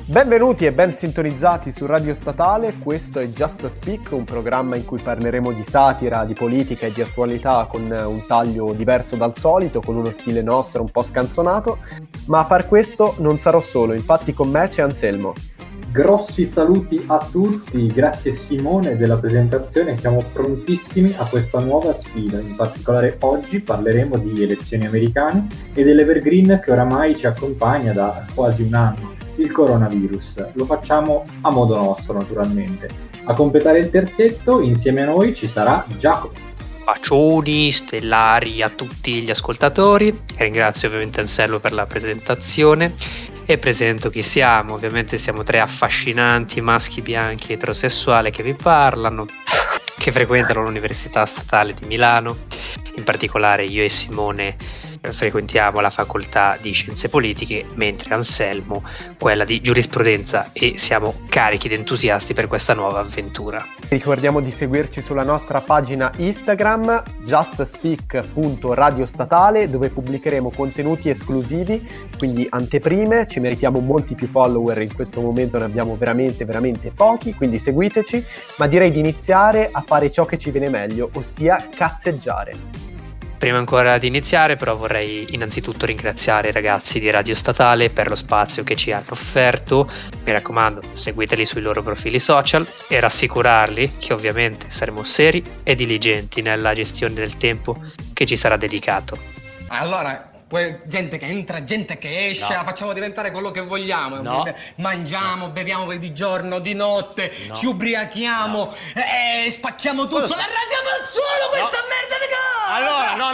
Benvenuti e ben sintonizzati su Radio Statale, questo è Just Speak, un programma in cui parleremo di satira, di politica e di attualità con un taglio diverso dal solito, con uno stile nostro un po' scanzonato, ma a par questo non sarò solo, infatti con me c'è Anselmo. Grossi saluti a tutti, grazie Simone della presentazione, siamo prontissimi a questa nuova sfida, in particolare oggi parleremo di elezioni americane e dell'Evergreen che oramai ci accompagna da quasi un anno. Il coronavirus. Lo facciamo a modo nostro, naturalmente. A completare il terzetto, insieme a noi ci sarà Giacomo. Bacioni stellari a tutti gli ascoltatori. Ringrazio ovviamente Anselmo per la presentazione e presento chi siamo. Ovviamente siamo tre affascinanti maschi bianchi eterosessuali che vi parlano, che frequentano l'Università Statale di Milano. In particolare io e Simone frequentiamo la facoltà di Scienze Politiche, mentre Anselmo quella di Giurisprudenza, e siamo carichi ed entusiasti per questa nuova avventura. Ricordiamo di seguirci sulla nostra pagina Instagram justspeak.radiostatale, dove pubblicheremo contenuti esclusivi, quindi anteprime. Ci meritiamo molti più follower, in questo momento ne abbiamo veramente pochi, quindi seguiteci, ma direi di iniziare a fare ciò che ci viene meglio, ossia cazzeggiare. Prima ancora di iniziare però vorrei innanzitutto ringraziare i ragazzi di Radio Statale per lo spazio che ci hanno offerto. Mi raccomando, seguiteli sui loro profili social e rassicurarli che ovviamente saremo seri e diligenti nella gestione del tempo che ci sarà dedicato. Allora, poi gente che entra, gente che esce, la facciamo diventare quello che vogliamo. Mangiamo, beviamo di giorno, di notte, ci ubriachiamo, spacchiamo tutto. La radiamo al suolo questa merda di cosa! Allora, no.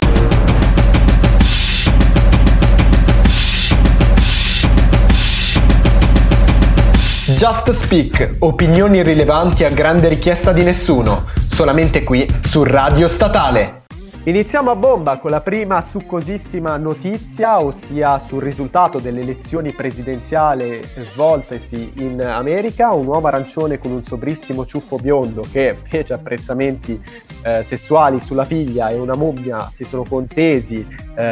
Just Speak, opinioni irrilevanti a grande richiesta di nessuno, solamente qui su Radio Statale. Iniziamo a bomba con la prima succosissima notizia, ossia sul risultato delle elezioni presidenziali svoltesi in America. Un uomo arancione con un sobrissimo ciuffo biondo che fece apprezzamenti sessuali sulla figlia e una mummia si sono contesi,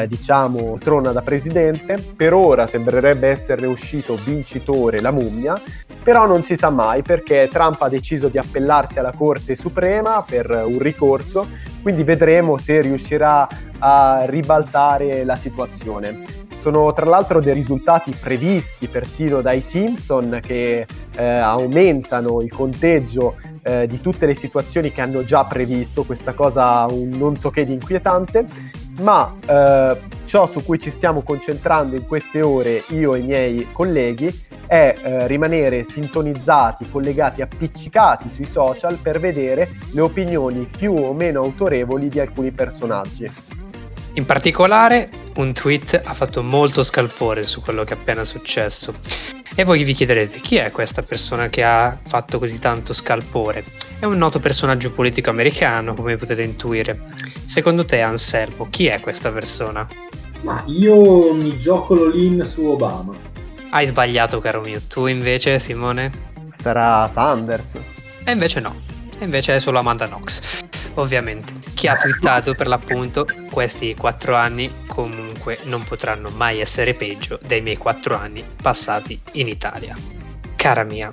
trona da presidente. Per ora sembrerebbe esserne uscito vincitore la mummia, però non si sa mai perché Trump ha deciso di appellarsi alla Corte Suprema per un ricorso, quindi vedremo se riuscirà a ribaltare la situazione. Sono tra l'altro dei risultati previsti persino dai Simpson che aumentano il conteggio di tutte le situazioni che hanno già previsto. Questa cosa un non so che di inquietante, ma ciò su cui ci stiamo concentrando in queste ore io e i miei colleghi è rimanere sintonizzati, collegati, appiccicati sui social per vedere le opinioni più o meno autorevoli di alcuni personaggi. In particolare un tweet ha fatto molto scalpore su quello che è appena successo e voi vi chiederete chi è questa persona che ha fatto così tanto scalpore. È un noto personaggio politico americano, come potete intuire. Secondo te, Anselmo, chi è questa persona? Ma io mi gioco l'all-in su Obama. Hai sbagliato, caro mio. Tu invece, Simone? Sarà Sanders. E invece no. E invece è solo Amanda Knox, ovviamente, che ha twittato per l'appunto: questi 4 anni comunque non potranno mai essere peggio dei miei 4 anni passati in Italia. Cara mia,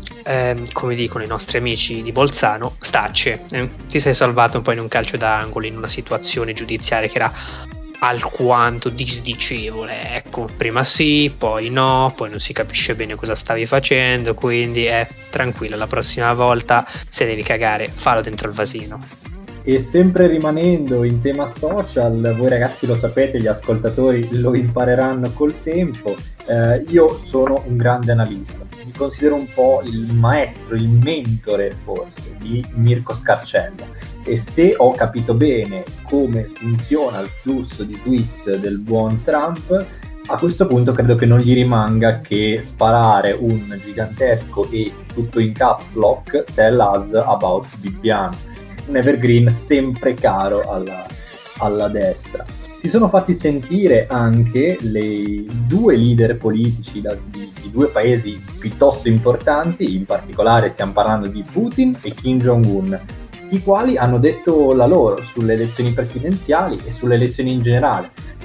come dicono i nostri amici di Bolzano, stacce. Ti sei salvato un po' in un calcio d'angolo, in una situazione giudiziaria che era alquanto disdicevole, ecco, prima sì, poi no, poi non si capisce bene cosa stavi facendo, quindi tranquilla, la prossima volta se devi cagare fallo dentro il vasino. E sempre rimanendo in tema social, voi ragazzi lo sapete, gli ascoltatori lo impareranno col tempo, io sono un grande analista, mi considero un po' il maestro, il mentore forse di Mirko Scarcella, e se ho capito bene come funziona il flusso di tweet del buon Trump, a questo punto credo che non gli rimanga che sparare un gigantesco e tutto in caps lock "Tell us about Bibbiano", un evergreen sempre caro alla destra. Si sono fatti sentire anche le due leader politici di due paesi piuttosto importanti, in particolare stiamo parlando di Putin e Kim Jong-un, i quali hanno detto la loro sulle elezioni presidenziali e sulle elezioni in generale.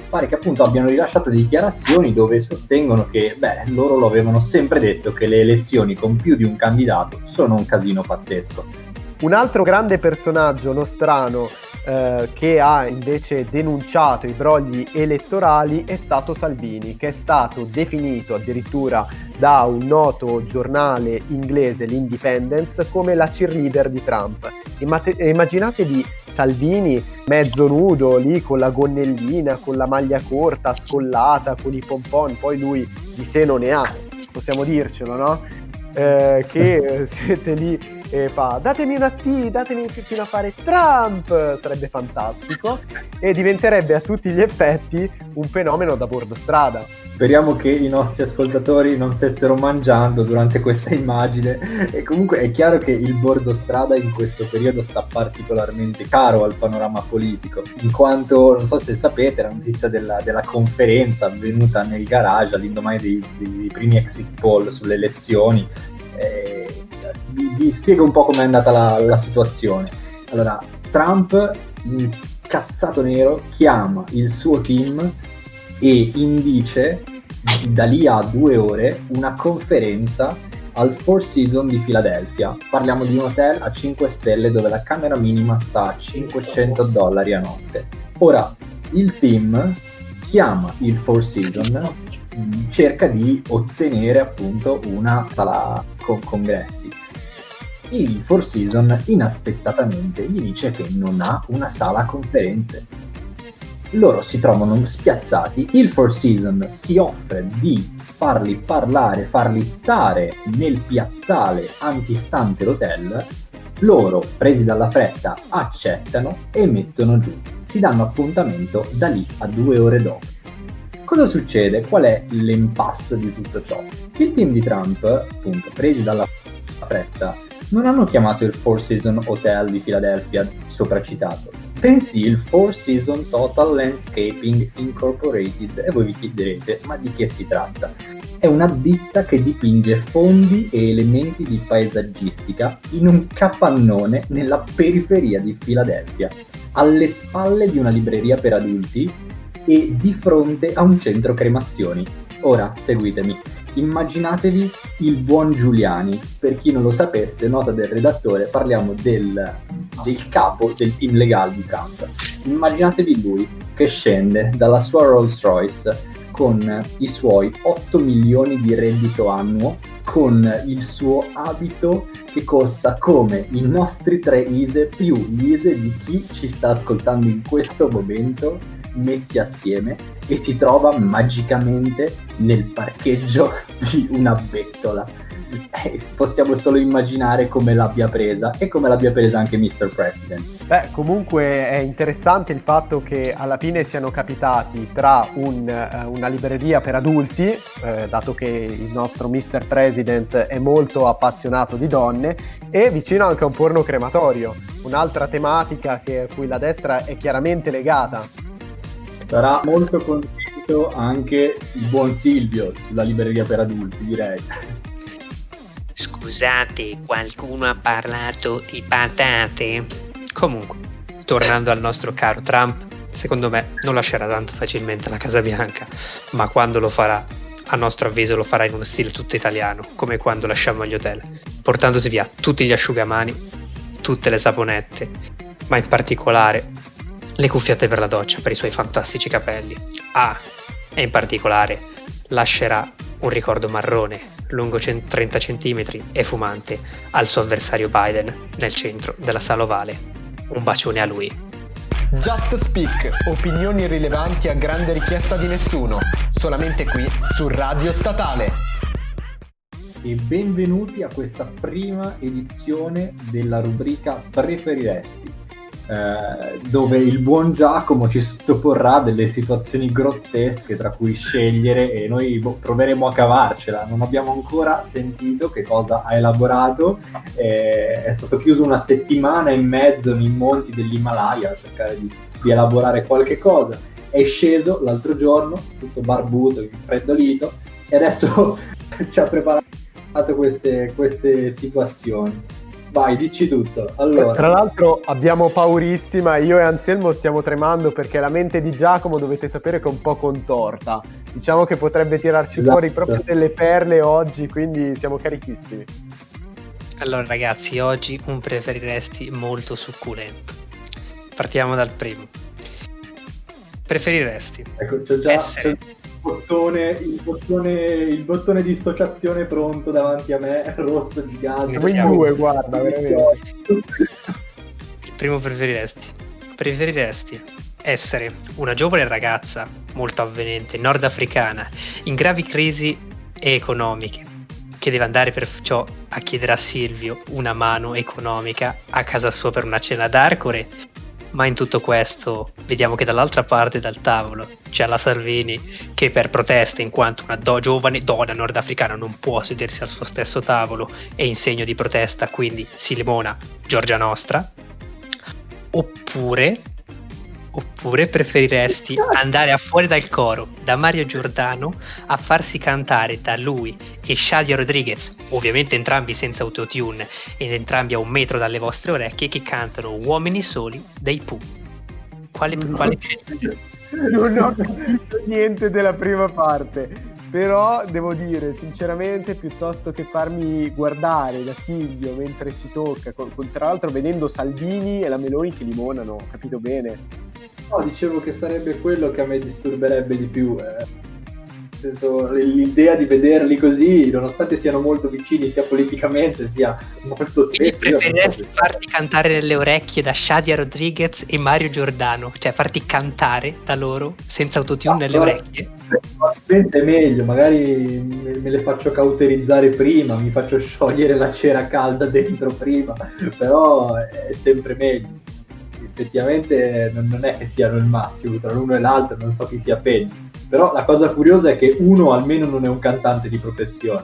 pare che appunto abbiano rilasciato dichiarazioni dove sostengono che, loro lo avevano sempre detto che le elezioni con più di un candidato sono un casino pazzesco. Un altro grande personaggio nostrano che ha invece denunciato i brogli elettorali è stato Salvini, che è stato definito addirittura da un noto giornale inglese, l'Independence, come la cheerleader di Trump. Immaginatevi Salvini mezzo nudo lì con la gonnellina, con la maglia corta, scollata, con i pompon, poi lui di sé non ne ha, possiamo dircelo, no? Che siete lì e fa datemi una T, datemi fino a fare Trump, sarebbe fantastico e diventerebbe a tutti gli effetti un fenomeno da bordostrada. Speriamo che i nostri ascoltatori non stessero mangiando durante questa immagine, e comunque è chiaro che il bordostrada in questo periodo sta particolarmente caro al panorama politico, in quanto, non so se sapete, la notizia della conferenza avvenuta nel garage all'indomani dei primi exit poll sulle elezioni. Vi spiego un po' com'è andata la situazione. Allora, Trump, incazzato nero, chiama il suo team e indice da lì a 2 ore una conferenza al Four Seasons di Filadelfia. Parliamo di un hotel a 5 stelle dove la camera minima sta a $500 a notte. Ora, il team chiama il Four Seasons, cerca di ottenere appunto una sala con congressi. Il Four Seasons inaspettatamente gli dice che non ha una sala conferenze. Loro si trovano spiazzati, il Four Seasons si offre di farli parlare, farli stare nel piazzale antistante l'hotel. Loro, presi dalla fretta, accettano e mettono giù. Si danno appuntamento da lì a 2 ore dopo. Cosa succede? Qual è l'impasse di tutto ciò? Il team di Trump, appunto, presi dalla fretta, non hanno chiamato il Four Seasons Hotel di Filadelfia sopracitato, bensì il Four Seasons Total Landscaping Incorporated, e voi vi chiederete, ma di che si tratta? È una ditta che dipinge fondi e elementi di paesaggistica in un capannone nella periferia di Filadelfia, alle spalle di una libreria per adulti e di fronte a un centro cremazioni. Ora, seguitemi. Immaginatevi il buon Giuliani. Per chi non lo sapesse, nota del redattore, parliamo del capo del team legale di Trump. Immaginatevi lui che scende dalla sua Rolls Royce con i suoi 8 milioni di reddito annuo, con il suo abito che costa come i nostri 3 ISE più gli ISE di chi ci sta ascoltando in questo momento messi assieme, e si trova magicamente nel parcheggio di una bettola. Possiamo solo immaginare come l'abbia presa e come l'abbia presa anche Mr. President. Comunque è interessante il fatto che alla fine siano capitati tra una libreria per adulti, dato che il nostro Mr. President è molto appassionato di donne, e vicino anche a un porno crematorio, un'altra tematica a cui la destra è chiaramente legata. Sarà molto contento anche il buon Silvio sulla libreria per adulti, direi. Scusate, qualcuno ha parlato di patate? Comunque, tornando al nostro caro Trump, secondo me non lascerà tanto facilmente la Casa Bianca, ma quando lo farà, a nostro avviso lo farà in uno stile tutto italiano, come quando lasciamo gli hotel, portandosi via tutti gli asciugamani, tutte le saponette, ma in particolare le cuffiette per la doccia per i suoi fantastici capelli. E in particolare lascerà un ricordo marrone, lungo 30 cm e fumante, al suo avversario Biden nel centro della sala ovale. Un bacione a lui. Just Speak, opinioni rilevanti a grande richiesta di nessuno, solamente qui su Radio Statale. E benvenuti a questa prima edizione della rubrica Preferiresti, dove il buon Giacomo ci sottoporrà delle situazioni grottesche tra cui scegliere, e noi proveremo a cavarcela. Non abbiamo ancora sentito che cosa ha elaborato. È stato chiuso 1 settimana e mezzo nei monti dell'Himalaya a cercare di elaborare qualche cosa. È sceso l'altro giorno tutto barbuto, infreddolito, e adesso ci ha preparato queste situazioni. Vai, dici tutto. Allora, tra l'altro abbiamo paurissima, io e Anselmo stiamo tremando perché la mente di Giacomo dovete sapere che è un po' contorta. Diciamo che potrebbe tirarci fuori proprio delle perle oggi, quindi siamo carichissimi. Allora ragazzi, oggi un preferiresti molto succulento. Partiamo dal primo. Preferiresti ecco, c'è già il bottone di dissociazione pronto davanti a me, rosso gigante. Siamo in due, guarda, veramente. Il primo preferiresti essere una giovane ragazza molto avvenente, nordafricana, in gravi crisi economiche, che deve andare perciò a chiedere a Silvio una mano economica a casa sua per una cena d'Arcore, ma in tutto questo vediamo che dall'altra parte del tavolo c'è la Salvini che per protesta, in quanto una giovane donna nordafricana non può sedersi al suo stesso tavolo e in segno di protesta quindi si limona Giorgia Nostra. Oppure preferiresti andare a fuori dal coro da Mario Giordano a farsi cantare da lui e Shadia Rodriguez, ovviamente entrambi senza autotune ed entrambi a 1 metro dalle vostre orecchie, che cantano Uomini Soli dei Pooh? Quale scegliete? Non ho capito niente della prima parte, però devo dire sinceramente, piuttosto che farmi guardare da Silvio mentre si tocca, tra l'altro vedendo Salvini e la Meloni che limonano, ho capito bene. No, dicevo che sarebbe quello che a me disturberebbe di più. Nel senso, l'idea di vederli così, nonostante siano molto vicini sia politicamente sia molto spesso. Quindi preferiresti farti cantare nelle orecchie da Shadia Rodriguez e Mario Giordano, cioè farti cantare da loro senza autotune nelle orecchie? Probabilmente è meglio, magari me le faccio cauterizzare prima, mi faccio sciogliere la cera calda dentro prima, però è sempre meglio. Effettivamente non è che siano il massimo, tra l'uno e l'altro non so chi sia peggio, però la cosa curiosa è che uno almeno non è un cantante di professione.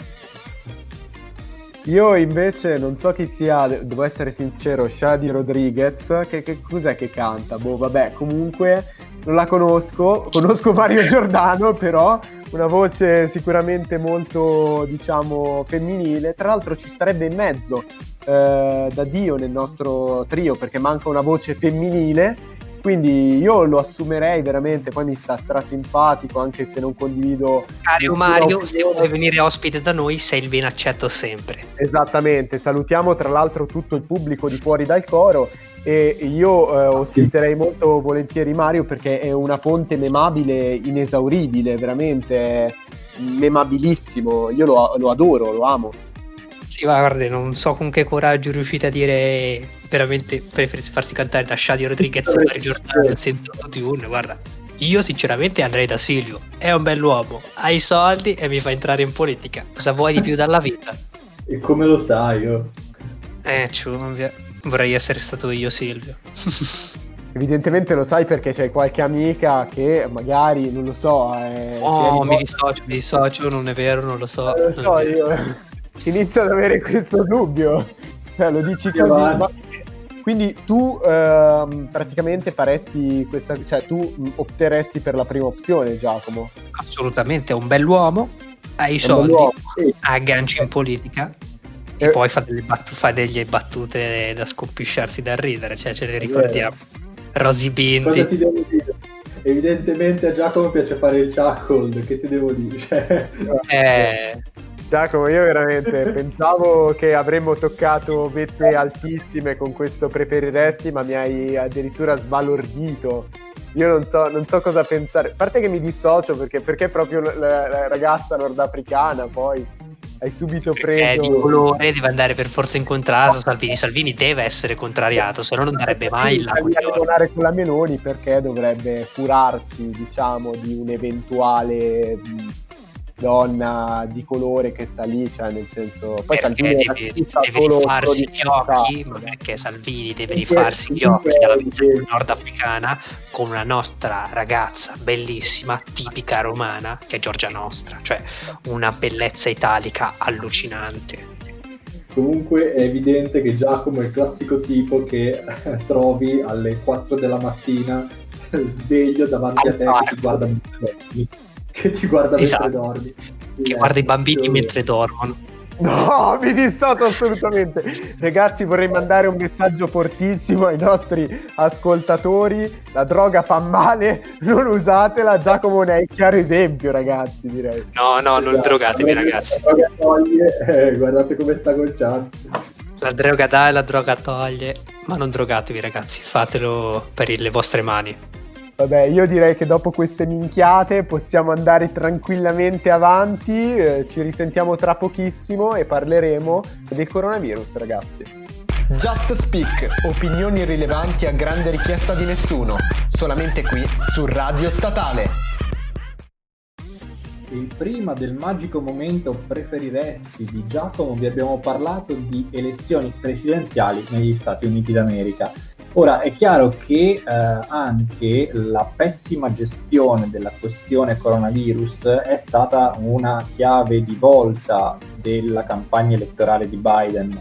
Io invece non so chi sia, devo essere sincero, Shadia Rodriguez, che cos'è che canta? Boh, vabbè, comunque non la conosco Mario Giordano, però una voce sicuramente molto, diciamo, femminile, tra l'altro ci starebbe in mezzo da Dio nel nostro trio, perché manca una voce femminile, quindi io lo assumerei veramente. Poi mi sta strasimpatico, anche se non condivido. Caro Mario, se vuoi venire ospite da noi sei il ben accetto sempre. Esattamente, salutiamo tra l'altro tutto il pubblico di fuori dal coro, e io ospiterei molto volentieri Mario, perché è una fonte memabile inesauribile, veramente memabilissimo. Io lo adoro, lo amo. Sì, guarda, non so con che coraggio riuscite a dire veramente preferisci farsi cantare da Shadia Rodriguez e Mario Giordano senza autotune. Guarda, io sinceramente andrei da Silvio, è un bell'uomo, ha i soldi e mi fa entrare in politica. Cosa vuoi di più dalla vita? E come lo sai io? Vorrei essere stato io Silvio. Evidentemente lo sai perché c'hai qualche amica che magari, non lo so... mi dissocio, non è vero, non lo so. Lo so io... Inizio ad avere questo dubbio, lo dici così, ma... Quindi tu praticamente faresti questa, cioè tu opteresti per la prima opzione, Giacomo? Assolutamente, è un bell'uomo, ha i soldi, ha agganci in politica e poi fa delle battute da scompisciarsi dal ridere, cioè ce le ricordiamo. Rosy Binti. Cosa ti devo dire? Evidentemente a Giacomo piace fare il chuckle, che ti devo dire? Giacomo, io veramente pensavo che avremmo toccato vette altissime con questo preferiresti, ma mi hai addirittura sbalordito. Io non so cosa pensare. A parte che mi dissocio perché proprio la ragazza nordafricana, poi hai subito preso... di colore, deve andare per forza in contrasto. Salvini deve essere contrariato, se no non darebbe mai il lago di oro. Lavorare con la Meloni perché dovrebbe curarsi, diciamo, di un'eventuale... donna di colore che sta lì, cioè nel senso, poi Salvini deve rifarsi gli occhi, ma perché Salvini deve rifarsi gli occhi dalla vita nordafricana con una nostra ragazza bellissima, tipica romana, che è Giorgia Nostra, cioè una bellezza italica allucinante. Comunque è evidente che Giacomo è il classico tipo che trovi alle 4 della mattina sveglio davanti a te che ti guarda mentre dormi. Che guarda i bambini mentre dormono. No, mi dissocio assolutamente. Ragazzi, vorrei mandare un messaggio fortissimo ai nostri ascoltatori: la droga fa male, non usatela. Giacomo ne è il chiaro esempio, ragazzi, direi. No, non drogatevi, ragazzi. Guardate come sta col chat. La droga dà e la droga toglie, ma non drogatevi, ragazzi, fatelo per le vostre mani. Vabbè, io direi che dopo queste minchiate possiamo andare tranquillamente avanti, ci risentiamo tra pochissimo e parleremo del coronavirus, ragazzi. Just Speak, opinioni rilevanti a grande richiesta di nessuno, solamente qui su Radio Statale. E prima del magico momento preferiresti di Giacomo vi abbiamo parlato di elezioni presidenziali negli Stati Uniti d'America. Ora è chiaro che anche la pessima gestione della questione coronavirus è stata una chiave di volta della campagna elettorale di Biden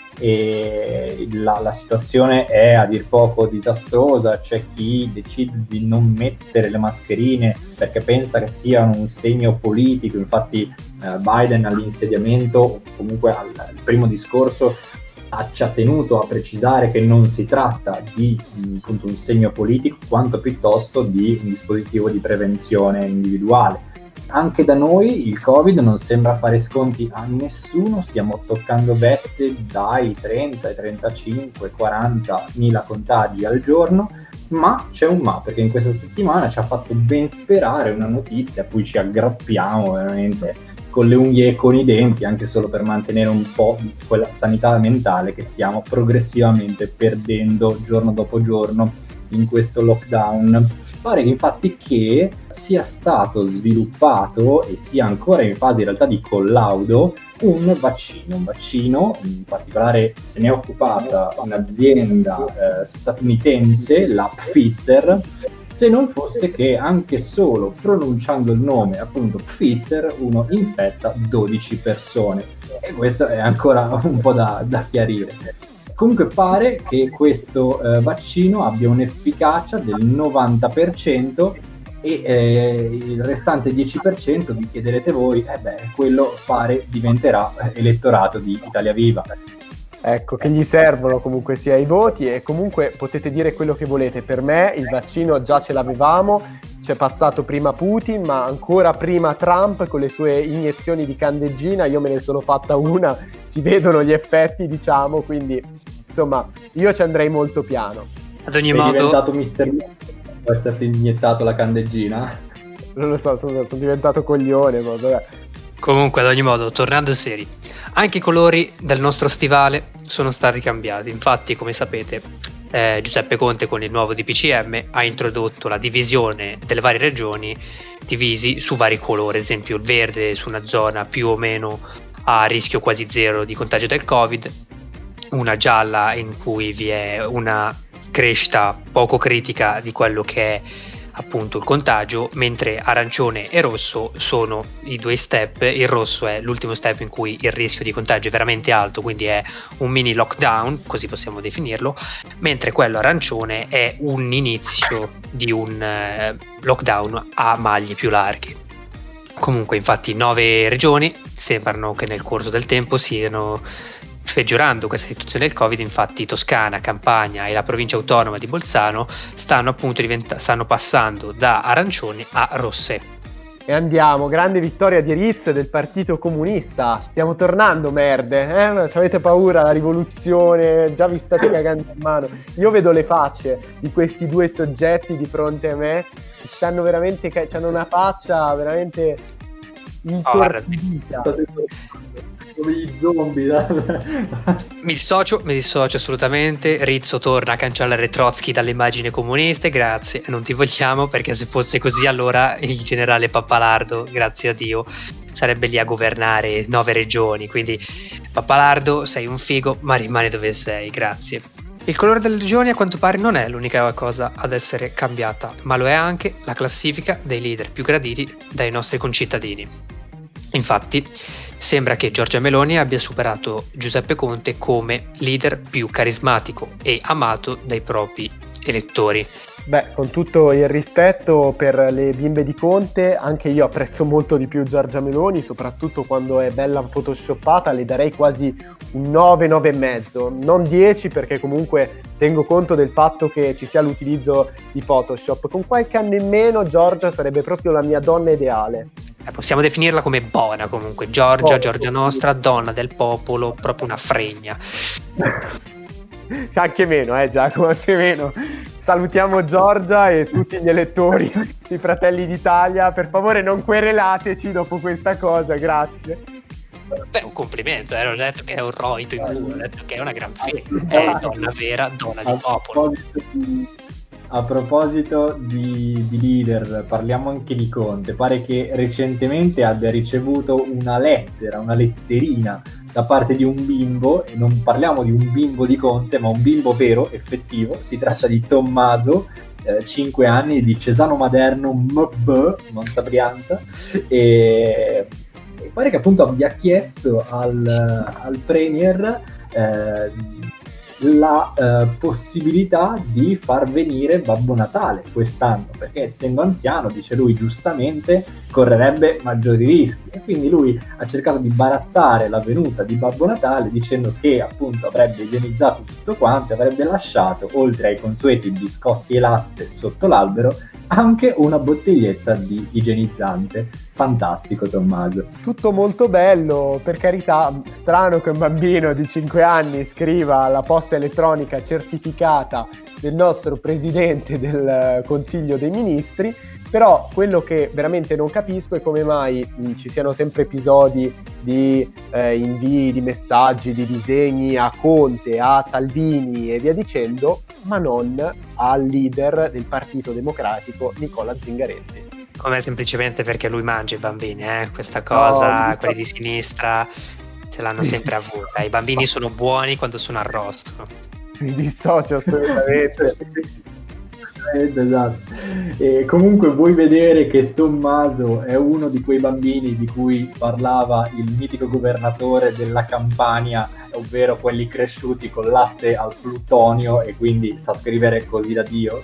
e la situazione è a dir poco disastrosa. C'è chi decide di non mettere le mascherine perché pensa che siano un segno politico. Infatti Biden all'insediamento o comunque al primo discorso ci ha tenuto a precisare che non si tratta di appunto un segno politico quanto piuttosto di un dispositivo di prevenzione individuale. Anche da noi il Covid non sembra fare sconti a nessuno, stiamo toccando vette dai 30 ai 35, 40 mila contagi al giorno, ma c'è un ma, perché in questa settimana ci ha fatto ben sperare una notizia a cui ci aggrappiamo veramente con le unghie e con i denti, anche solo per mantenere un po' di quella sanità mentale che stiamo progressivamente perdendo giorno dopo giorno in questo lockdown. Pare che infatti che sia stato sviluppato e sia ancora in fase in realtà di collaudo un vaccino, in particolare se ne è occupata un'azienda statunitense, la Pfizer, se non fosse che anche solo pronunciando il nome appunto Pfizer uno infetta 12 persone e questo è ancora un po' da chiarire. Comunque pare che questo vaccino abbia un'efficacia del 90% e il restante 10% vi chiederete voi, quello pare diventerà elettorato di Italia Viva. Ecco, che gli servono comunque sia i voti e comunque potete dire quello che volete. Per me il vaccino già ce l'avevamo, c'è passato prima Putin, ma ancora prima Trump con le sue iniezioni di candeggina. Io me ne sono fatta una, si vedono gli effetti, diciamo, quindi insomma io ci andrei molto piano. Ad ogni Sei modo diventato Mr. Può esserti iniettato la candeggina? Non lo so, sono diventato coglione, ma vabbè. Comunque, ad ogni modo, tornando seri, anche i colori del nostro stivale sono stati cambiati. Infatti, come sapete, Giuseppe Conte con il nuovo DPCM ha introdotto la divisione delle varie regioni divisi su vari colori. Ad esempio il verde su una zona più o meno a rischio quasi zero di contagio del Covid, una gialla in cui vi è una crescita poco critica di quello che è appunto il contagio, mentre arancione e rosso sono i due step. Il rosso è l'ultimo step in cui il rischio di contagio è veramente alto, quindi è un mini lockdown, così possiamo definirlo, mentre quello arancione è un inizio di un lockdown a maglie più larghe. Comunque, infatti, 9 regioni sembrano che nel corso del tempo siano peggiorando questa situazione del Covid. Infatti Toscana, Campania e la provincia autonoma di Bolzano stanno appunto stanno passando da arancioni a rosse. E andiamo, grande vittoria di Riz e del Partito Comunista. Stiamo tornando, merde, ci avete paura, la rivoluzione, già vi state cagando in mano. Io vedo le facce di questi due soggetti di fronte a me, stanno veramente, hanno una faccia veramente intorpidita. Come gli zombie. Mi dissocio assolutamente. Rizzo torna a cancellare Trotsky dall'immagine comuniste, grazie, non ti vogliamo, perché se fosse così allora il generale Pappalardo, grazie a Dio, sarebbe lì a governare 9 regioni, quindi Pappalardo sei un figo, ma rimani dove sei, grazie. Il colore delle regioni a quanto pare non è l'unica cosa ad essere cambiata, ma lo è anche la classifica dei leader più graditi dai nostri concittadini. Infatti, sembra che Giorgia Meloni abbia superato Giuseppe Conte come leader più carismatico e amato dai propri elettori. Beh, con tutto il rispetto per le bimbe di Conte, anche io apprezzo molto di più Giorgia Meloni, soprattutto quando è bella photoshoppata, le darei quasi un 9, 9,5, non 10 perché comunque tengo conto del fatto che ci sia l'utilizzo di Photoshop. Con qualche anno in meno Giorgia sarebbe proprio la mia donna ideale. Possiamo definirla come buona comunque, Giorgia nostra, donna del popolo, proprio una fregna. Anche meno, Giacomo, anche meno. Salutiamo Giorgia e tutti gli elettori di Fratelli d'Italia. Per favore non querelateci dopo questa cosa, grazie. Beh, un complimento, non ho detto che è un roito in culo, ho detto che è una gran figlia, è donna vera, donna di popolo. A proposito di leader, parliamo anche di Conte. Pare che recentemente abbia ricevuto una letterina da parte di un bimbo, e non parliamo di un bimbo di Conte, ma un bimbo vero, effettivo. Si tratta di Tommaso, 5 anni, di Cesano Maderno, MB, Monza Brianza, e pare che appunto abbia chiesto al Premier la possibilità di far venire Babbo Natale quest'anno, perché essendo anziano, dice lui giustamente, correrebbe maggiori rischi, e quindi lui ha cercato di barattare la venuta di Babbo Natale dicendo che appunto avrebbe igienizzato tutto quanto, avrebbe lasciato, oltre ai consueti biscotti e latte sotto l'albero, anche una bottiglietta di igienizzante. Fantastico, Tommaso. Tutto molto bello, per carità. Strano che un bambino di 5 anni scriva alla posta elettronica certificata del nostro presidente del Consiglio dei Ministri, però quello che veramente non capisco è come mai ci siano sempre episodi di invii di messaggi, di disegni a Conte, a Salvini e via dicendo, ma non al leader del Partito Democratico Nicola Zingaretti. Come semplicemente perché lui mangia i bambini, questa cosa, quelli di sinistra ce l'hanno sempre avuta. I bambini sono buoni quando sono arrosto. Mi dissocio assolutamente. Esatto. E comunque vuoi vedere che Tommaso è uno di quei bambini di cui parlava il mitico governatore della Campania, ovvero quelli cresciuti con latte al plutonio e quindi sa scrivere così da Dio?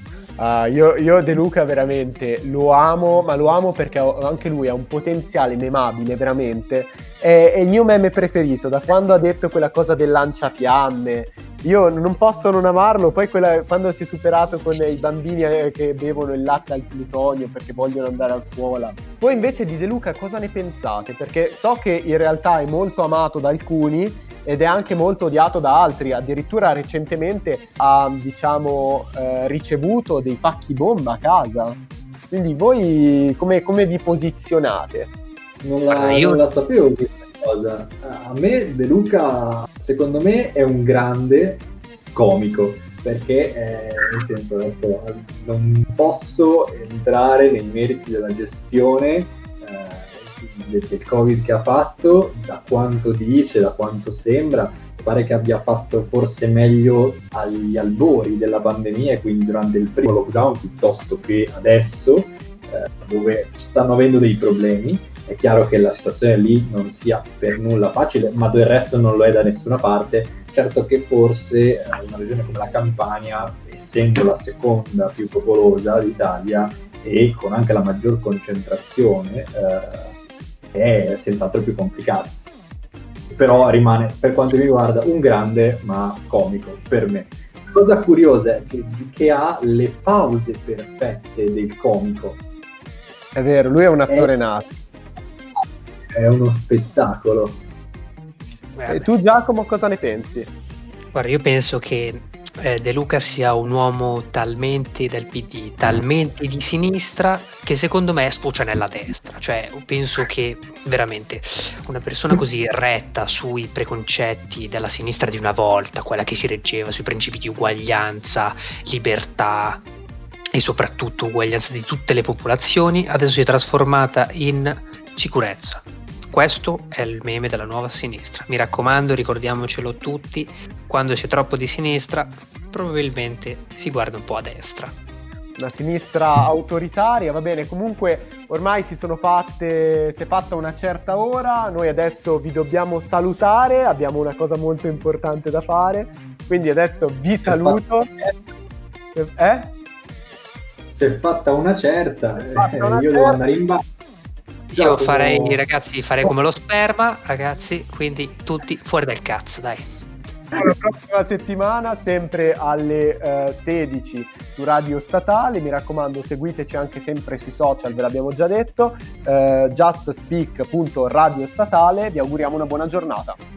Io De Luca veramente lo amo, ma lo amo perché anche lui ha un potenziale memabile, veramente. È il mio meme preferito, da quando ha detto quella cosa del lanciafiamme. Io non posso non amarlo. Poi quando si è superato con i bambini che bevono il latte al plutonio perché vogliono andare a scuola. Voi invece di De Luca cosa ne pensate? Perché so che in realtà è molto amato da alcuni ed è anche molto odiato da altri. Addirittura recentemente ha, ricevuto dei pacchi bomba a casa. Quindi voi come vi posizionate? Non la sapevo questa cosa. A me De Luca, secondo me, è un grande comico, perché nel senso, ecco, non posso entrare nei meriti della gestione del Covid che ha fatto, da quanto dice, da quanto sembra. Pare che abbia fatto forse meglio agli albori della pandemia e quindi durante il primo lockdown piuttosto che adesso, dove stanno avendo dei problemi. È chiaro che la situazione lì non sia per nulla facile, ma del resto non lo è da nessuna parte. Certo che forse una regione come la Campania, essendo la seconda più popolosa d'Italia e con anche la maggior concentrazione, è senz'altro più complicato. Però rimane, per quanto mi riguarda, un grande ma comico per me. Cosa curiosa è che ha le pause perfette del comico. È vero, lui è un attore nato. È uno spettacolo. E tu, Giacomo, cosa ne pensi? Guarda, io penso che De Luca sia un uomo talmente del PD, talmente di sinistra, che secondo me sfocia nella destra. Cioè, penso che veramente una persona così retta sui preconcetti della sinistra di una volta, quella che si reggeva sui principi di uguaglianza, libertà e soprattutto uguaglianza di tutte le popolazioni, adesso si è trasformata in sicurezza. Questo è il meme della nuova sinistra. Mi raccomando, ricordiamocelo tutti, quando si è troppo di sinistra probabilmente si guarda un po' a destra. Una sinistra autoritaria, va bene, comunque ormai si è fatta una certa ora, noi adesso vi dobbiamo salutare, abbiamo una cosa molto importante da fare, quindi adesso vi saluto. si è fatta una certa, io devo andare in bagno. Io farei, ragazzi, come lo sperma, ragazzi, quindi tutti fuori dal cazzo, dai. La prossima settimana, sempre alle 16 su Radio Statale. Mi raccomando, seguiteci anche sempre sui social, ve l'abbiamo già detto, justspeak.radiostatale. Vi auguriamo una buona giornata.